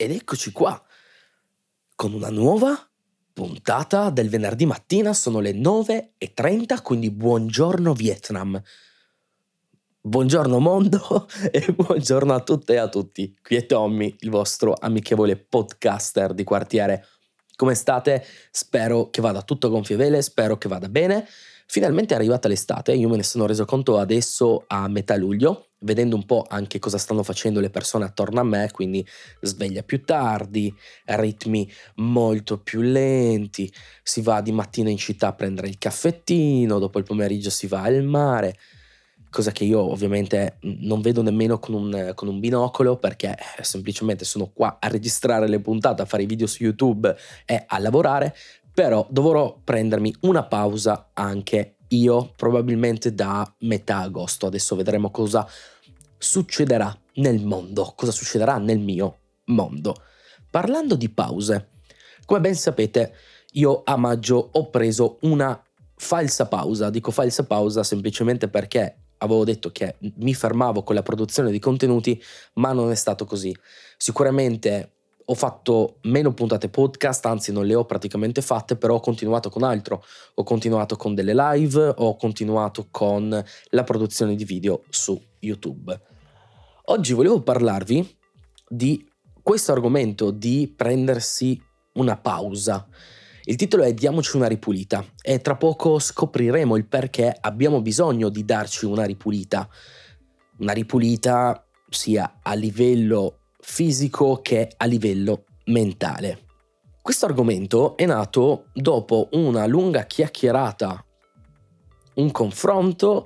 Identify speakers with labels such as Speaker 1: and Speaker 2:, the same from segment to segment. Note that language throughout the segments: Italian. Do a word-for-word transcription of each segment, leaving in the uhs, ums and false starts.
Speaker 1: ed eccoci qua con una nuova puntata del venerdì mattina. Sono le nove e trenta, quindi buongiorno Vietnam, buongiorno mondo e buongiorno a tutte e a tutti. Qui è Tommy, il vostro amichevole podcaster di quartiere. Come state? Spero che vada tutto gonfie vele, spero che vada bene. Finalmente è arrivata l'estate, io me ne sono reso conto adesso a metà luglio, vedendo un po' anche cosa stanno facendo le persone attorno a me, quindi sveglia più tardi, ritmi molto più lenti, si va di mattina in città a prendere il caffettino, dopo il pomeriggio si va al mare, cosa che io ovviamente non vedo nemmeno con un, con un binocolo, perché semplicemente sono qua a registrare le puntate, a fare i video su YouTube e a lavorare. Però dovrò prendermi una pausa anche io, probabilmente da metà agosto. Adesso vedremo cosa succederà nel mondo, cosa succederà nel mio mondo. Parlando di pause, come ben sapete, io a maggio ho preso una falsa pausa. Dico falsa pausa semplicemente perché avevo detto che mi fermavo con la produzione di contenuti, ma non è stato così. Sicuramente ho fatto meno puntate podcast, anzi non le ho praticamente fatte, però ho continuato con altro, ho continuato con delle live, ho continuato con la produzione di video su YouTube. Oggi volevo parlarvi di questo argomento, di prendersi una pausa. Il titolo è Diamoci una ripulita e tra poco scopriremo il perché abbiamo bisogno di darci una ripulita. Una ripulita sia a livello fisico che a livello mentale. Questo argomento è nato dopo una lunga chiacchierata, un confronto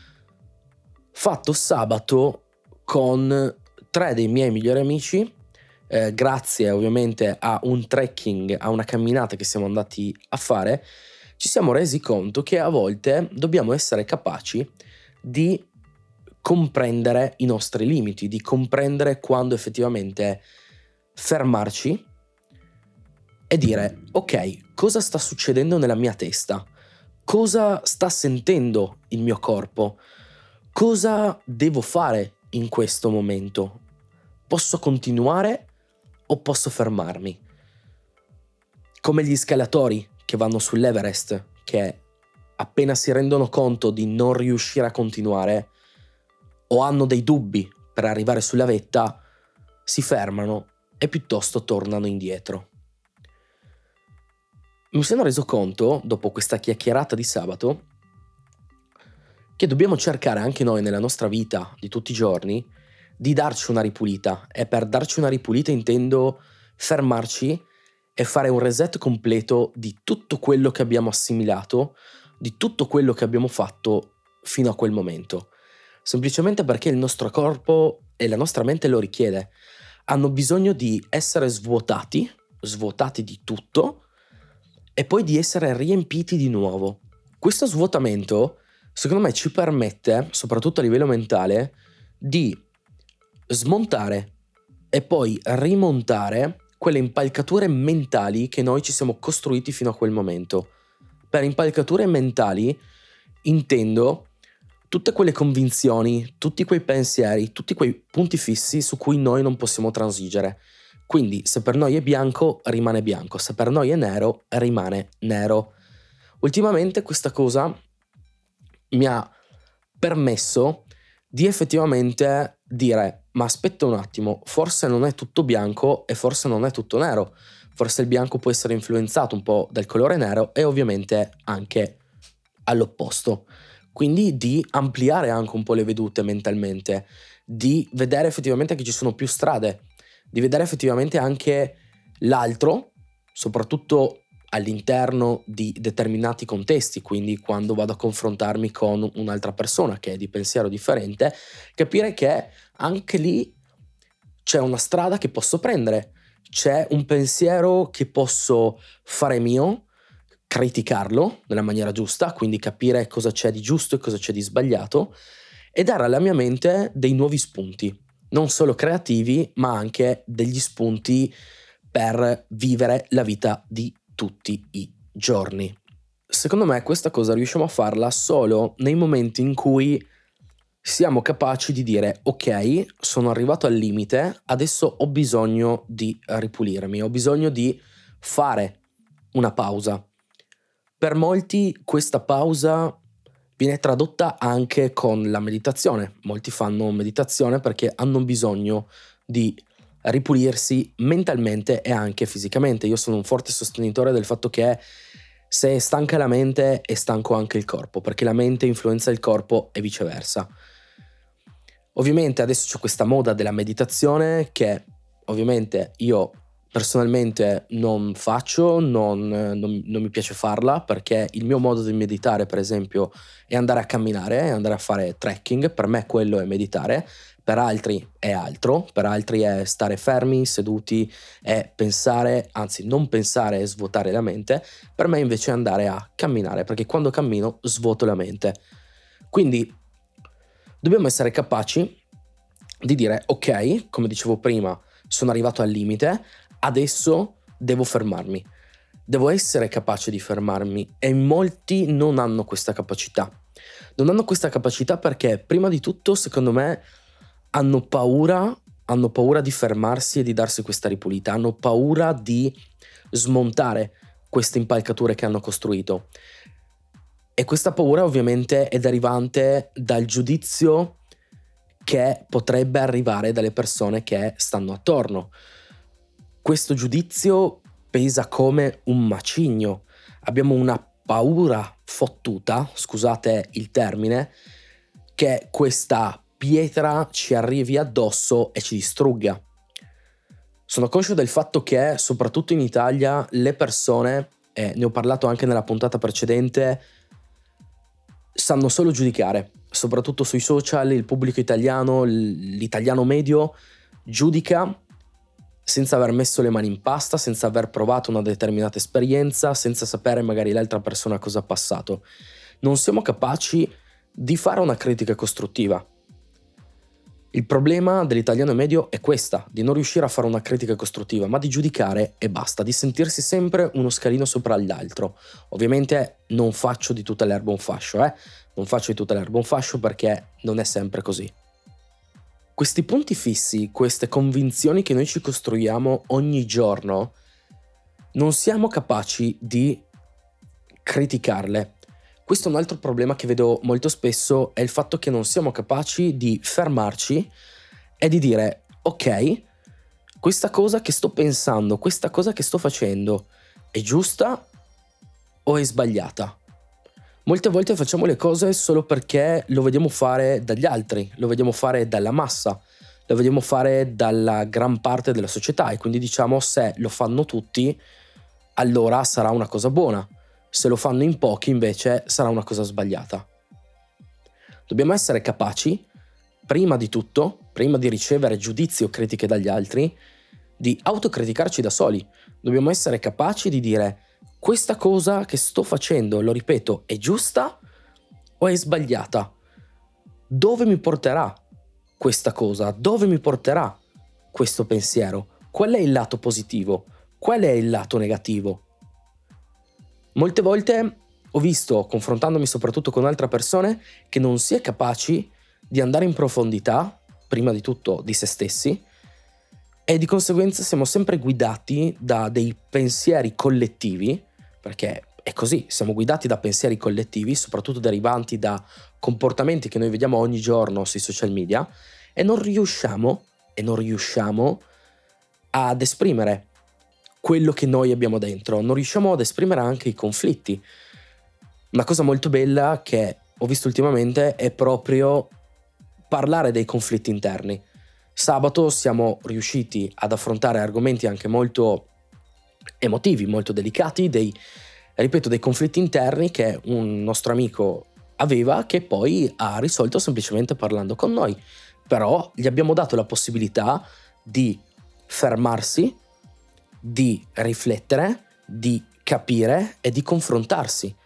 Speaker 1: fatto sabato con tre dei miei migliori amici, eh, grazie ovviamente a un trekking, a una camminata che siamo andati a fare. Ci siamo resi conto che a volte dobbiamo essere capaci di comprendere i nostri limiti, di comprendere quando effettivamente fermarci e dire: ok, cosa sta succedendo nella mia testa? Cosa sta sentendo il mio corpo? Cosa devo fare in questo momento? Posso continuare o posso fermarmi? Come gli scalatori che vanno sull'Everest, che appena si rendono conto di non riuscire a continuare o hanno dei dubbi per arrivare sulla vetta, si fermano e piuttosto tornano indietro. Mi sono reso conto, dopo questa chiacchierata di sabato, che dobbiamo cercare anche noi nella nostra vita di tutti i giorni di darci una ripulita. E per darci una ripulita intendo fermarci e fare un reset completo di tutto quello che abbiamo assimilato, di tutto quello che abbiamo fatto fino a quel momento. Semplicemente perché il nostro corpo e la nostra mente lo richiede. Hanno bisogno di essere svuotati, svuotati di tutto, e poi di essere riempiti di nuovo. Questo svuotamento, secondo me, ci permette, soprattutto a livello mentale, di smontare e poi rimontare quelle impalcature mentali che noi ci siamo costruiti fino a quel momento. Per impalcature mentali intendo tutte quelle convinzioni, tutti quei pensieri, tutti quei punti fissi su cui noi non possiamo transigere. Quindi se per noi è bianco, rimane bianco, se per noi è nero, rimane nero. Ultimamente questa cosa mi ha permesso di effettivamente dire: ma aspetta un attimo, forse non è tutto bianco e forse non è tutto nero. Forse il bianco può essere influenzato un po' dal colore nero e ovviamente anche all'opposto. Quindi di ampliare anche un po' le vedute mentalmente, di vedere effettivamente che ci sono più strade, di vedere effettivamente anche l'altro, soprattutto all'interno di determinati contesti, quindi quando vado a confrontarmi con un'altra persona che è di pensiero differente, capire che anche lì c'è una strada che posso prendere, c'è un pensiero che posso fare mio, criticarlo nella maniera giusta, quindi capire cosa c'è di giusto e cosa c'è di sbagliato e dare alla mia mente dei nuovi spunti, non solo creativi, ma anche degli spunti per vivere la vita di tutti i giorni. Secondo me questa cosa riusciamo a farla solo nei momenti in cui siamo capaci di dire ok, sono arrivato al limite, adesso ho bisogno di ripulirmi, ho bisogno di fare una pausa. Per molti questa pausa viene tradotta anche con la meditazione. Molti fanno meditazione perché hanno bisogno di ripulirsi mentalmente e anche fisicamente. Io sono un forte sostenitore del fatto che se è stanca la mente è stanco anche il corpo, perché la mente influenza il corpo e viceversa. Ovviamente adesso c'è questa moda della meditazione che ovviamente io personalmente non faccio, non, non, non mi piace farla, perché il mio modo di meditare, per esempio, è andare a camminare, è andare a fare trekking. Per me quello è meditare, per altri è altro, per altri è stare fermi, seduti e pensare, anzi non pensare e svuotare la mente. Per me invece è andare a camminare, perché quando cammino svuoto la mente. Quindi dobbiamo essere capaci di dire ok, come dicevo prima, sono arrivato al limite, adesso devo fermarmi. Devo essere capace di fermarmi e molti non hanno questa capacità. Non hanno questa capacità perché prima di tutto, secondo me, hanno paura, hanno paura di fermarsi e di darsi questa ripulita, hanno paura di smontare queste impalcature che hanno costruito. E questa paura ovviamente è derivante dal giudizio che potrebbe arrivare dalle persone che stanno attorno. Questo giudizio pesa come un macigno. Abbiamo una paura fottuta, scusate il termine, che questa pietra ci arrivi addosso e ci distrugga. Sono conscio del fatto che soprattutto in Italia le persone, e ne ho parlato anche nella puntata precedente, sanno solo giudicare. Soprattutto sui social il pubblico italiano, l'italiano medio, giudica senza aver messo le mani in pasta, senza aver provato una determinata esperienza, senza sapere magari l'altra persona cosa ha passato. Non siamo capaci di fare una critica costruttiva. Il problema dell'italiano medio è questa, di non riuscire a fare una critica costruttiva, ma di giudicare e basta, di sentirsi sempre uno scalino sopra l'altro. Ovviamente non faccio di tutta l'erba un fascio, eh? Non faccio di tutta l'erba un fascio perché non è sempre così. Questi punti fissi, queste convinzioni che noi ci costruiamo ogni giorno, non siamo capaci di criticarle. Questo è un altro problema che vedo molto spesso, è il fatto che non siamo capaci di fermarci e di dire ok, questa cosa che sto pensando, questa cosa che sto facendo è giusta o è sbagliata? Molte volte facciamo le cose solo perché lo vediamo fare dagli altri, lo vediamo fare dalla massa, lo vediamo fare dalla gran parte della società e quindi diciamo se lo fanno tutti allora sarà una cosa buona, se lo fanno in pochi invece sarà una cosa sbagliata. Dobbiamo essere capaci, prima di tutto, prima di ricevere giudizi o critiche dagli altri, di autocriticarci da soli. Dobbiamo essere capaci di dire questa cosa che sto facendo, lo ripeto, è giusta o è sbagliata? Dove mi porterà questa cosa? Dove mi porterà questo pensiero? Qual è il lato positivo? Qual è il lato negativo? Molte volte ho visto, confrontandomi soprattutto con altre persone, che non si è capaci di andare in profondità, prima di tutto di se stessi, e di conseguenza siamo sempre guidati da dei pensieri collettivi, perché è così, siamo guidati da pensieri collettivi, soprattutto derivanti da comportamenti che noi vediamo ogni giorno sui social media, e non riusciamo, e non riusciamo ad esprimere quello che noi abbiamo dentro, non riusciamo ad esprimere anche i conflitti. Una cosa molto bella che ho visto ultimamente è proprio parlare dei conflitti interni. Sabato siamo riusciti ad affrontare argomenti anche molto emotivi, molto delicati, dei, ripeto, dei conflitti interni che un nostro amico aveva, che poi ha risolto semplicemente parlando con noi. Però gli abbiamo dato la possibilità di fermarsi, di riflettere, di capire e di confrontarsi.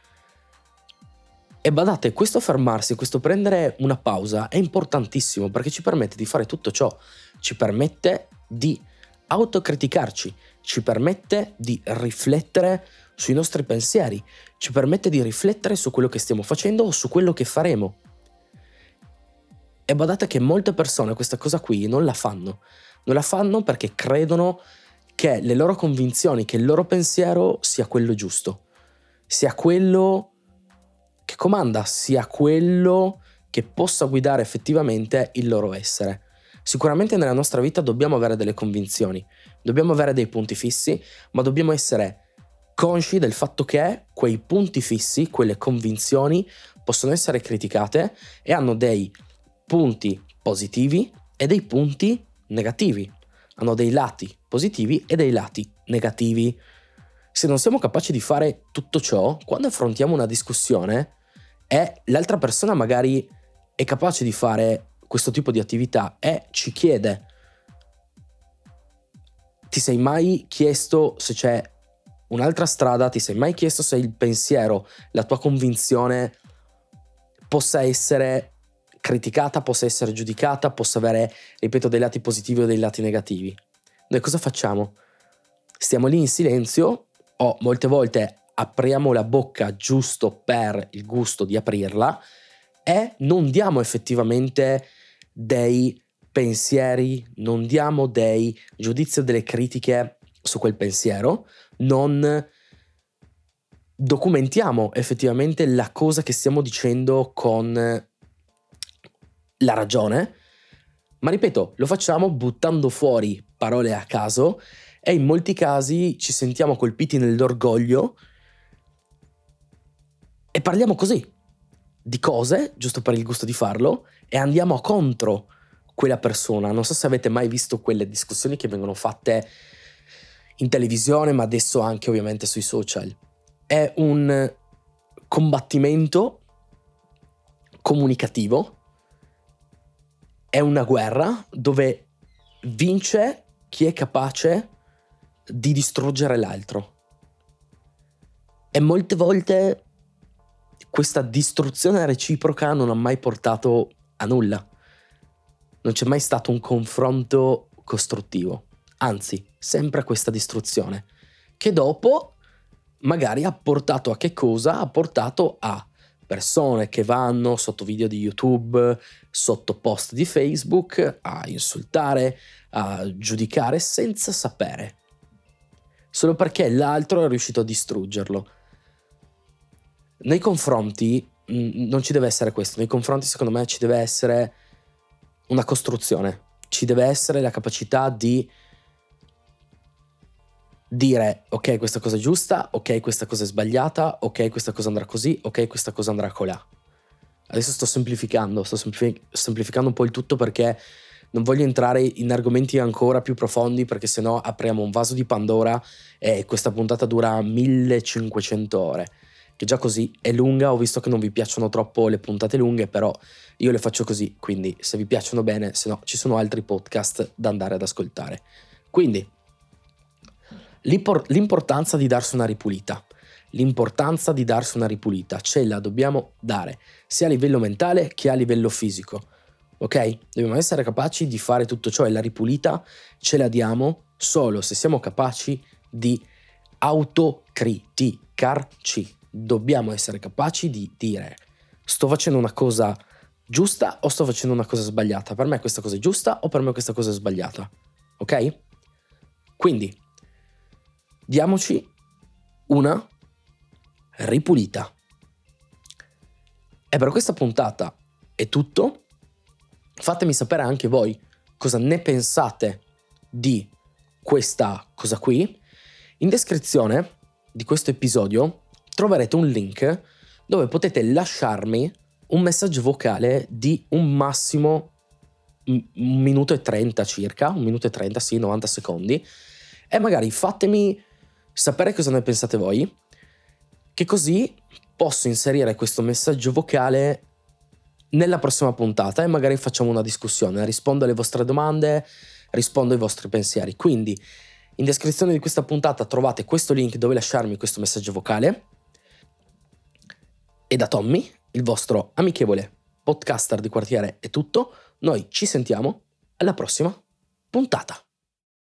Speaker 1: E badate, questo fermarsi, questo prendere una pausa è importantissimo perché ci permette di fare tutto ciò, ci permette di autocriticarci, ci permette di riflettere sui nostri pensieri, ci permette di riflettere su quello che stiamo facendo o su quello che faremo. E badate che molte persone questa cosa qui non la fanno. Non la fanno perché credono che le loro convinzioni, che il loro pensiero sia quello giusto, sia quello che comanda, sia quello che possa guidare effettivamente il loro essere. Sicuramente nella nostra vita dobbiamo avere delle convinzioni, dobbiamo avere dei punti fissi, ma dobbiamo essere consci del fatto che quei punti fissi, quelle convinzioni, possono essere criticate e hanno dei punti positivi e dei punti negativi. Hanno dei lati positivi e dei lati negativi. Se non siamo capaci di fare tutto ciò, quando affrontiamo una discussione e l'altra persona magari è capace di fare questo tipo di attività e ci chiede: ti sei mai chiesto se c'è un'altra strada? Ti sei mai chiesto se il pensiero, la tua convinzione possa essere criticata, possa essere giudicata, possa avere, ripeto, dei lati positivi o dei lati negativi? Noi cosa facciamo? Stiamo lì in silenzio o molte volte apriamo la bocca giusto per il gusto di aprirla e non diamo effettivamente dei pensieri, non diamo dei giudizi o delle critiche su quel pensiero, non documentiamo effettivamente la cosa che stiamo dicendo con la ragione, ma ripeto, lo facciamo buttando fuori parole a caso e in molti casi ci sentiamo colpiti nell'orgoglio e parliamo così di cose, giusto per il gusto di farlo, e andiamo contro quella persona. Non so se avete mai visto quelle discussioni che vengono fatte in televisione, ma adesso anche ovviamente sui social. È un combattimento comunicativo, è una guerra dove vince chi è capace di distruggere l'altro. E molte volte questa distruzione reciproca non ha mai portato a nulla. Non c'è mai stato un confronto costruttivo. Anzi, sempre questa distruzione. Che dopo magari ha portato a che cosa? Ha portato a persone che vanno sotto video di YouTube, sotto post di Facebook, a insultare, a giudicare senza sapere. Solo perché l'altro è riuscito a distruggerlo. Nei confronti mh, non ci deve essere questo. Nei confronti, secondo me, ci deve essere una costruzione. Ci deve essere la capacità di dire: ok, questa cosa è giusta, ok, questa cosa è sbagliata, ok, questa cosa andrà così, ok, questa cosa andrà colà. Adesso sto semplificando, sto semplifi- semplificando un po' il tutto perché non voglio entrare in argomenti ancora più profondi, perché sennò apriamo un vaso di Pandora e questa puntata dura millecinquecento ore, che già così è lunga. Ho visto che non vi piacciono troppo le puntate lunghe, però io le faccio così, quindi se vi piacciono bene, se no ci sono altri podcast da andare ad ascoltare. Quindi l'importanza di darsi una ripulita, l'importanza di darsi una ripulita ce la dobbiamo dare sia a livello mentale che a livello fisico, ok? Dobbiamo essere capaci di fare tutto ciò e la ripulita ce la diamo solo se siamo capaci di autocriticarci. Dobbiamo essere capaci di dire: sto facendo una cosa giusta o sto facendo una cosa sbagliata? Per me questa cosa è giusta o per me questa cosa è sbagliata? Ok? Quindi diamoci una ripulita. E per questa puntata è tutto. Fatemi sapere anche voi cosa ne pensate di questa cosa qui. In descrizione di questo episodio troverete un link dove potete lasciarmi un messaggio vocale di un massimo un minuto e trenta circa, un minuto e trenta, sì, novanta secondi, e magari fatemi sapere cosa ne pensate voi, che così posso inserire questo messaggio vocale nella prossima puntata e magari facciamo una discussione, rispondo alle vostre domande, rispondo ai vostri pensieri. Quindi in descrizione di questa puntata trovate questo link dove lasciarmi questo messaggio vocale. E da Tommy, il vostro amichevole podcaster di quartiere, è tutto. Noi ci sentiamo alla prossima puntata.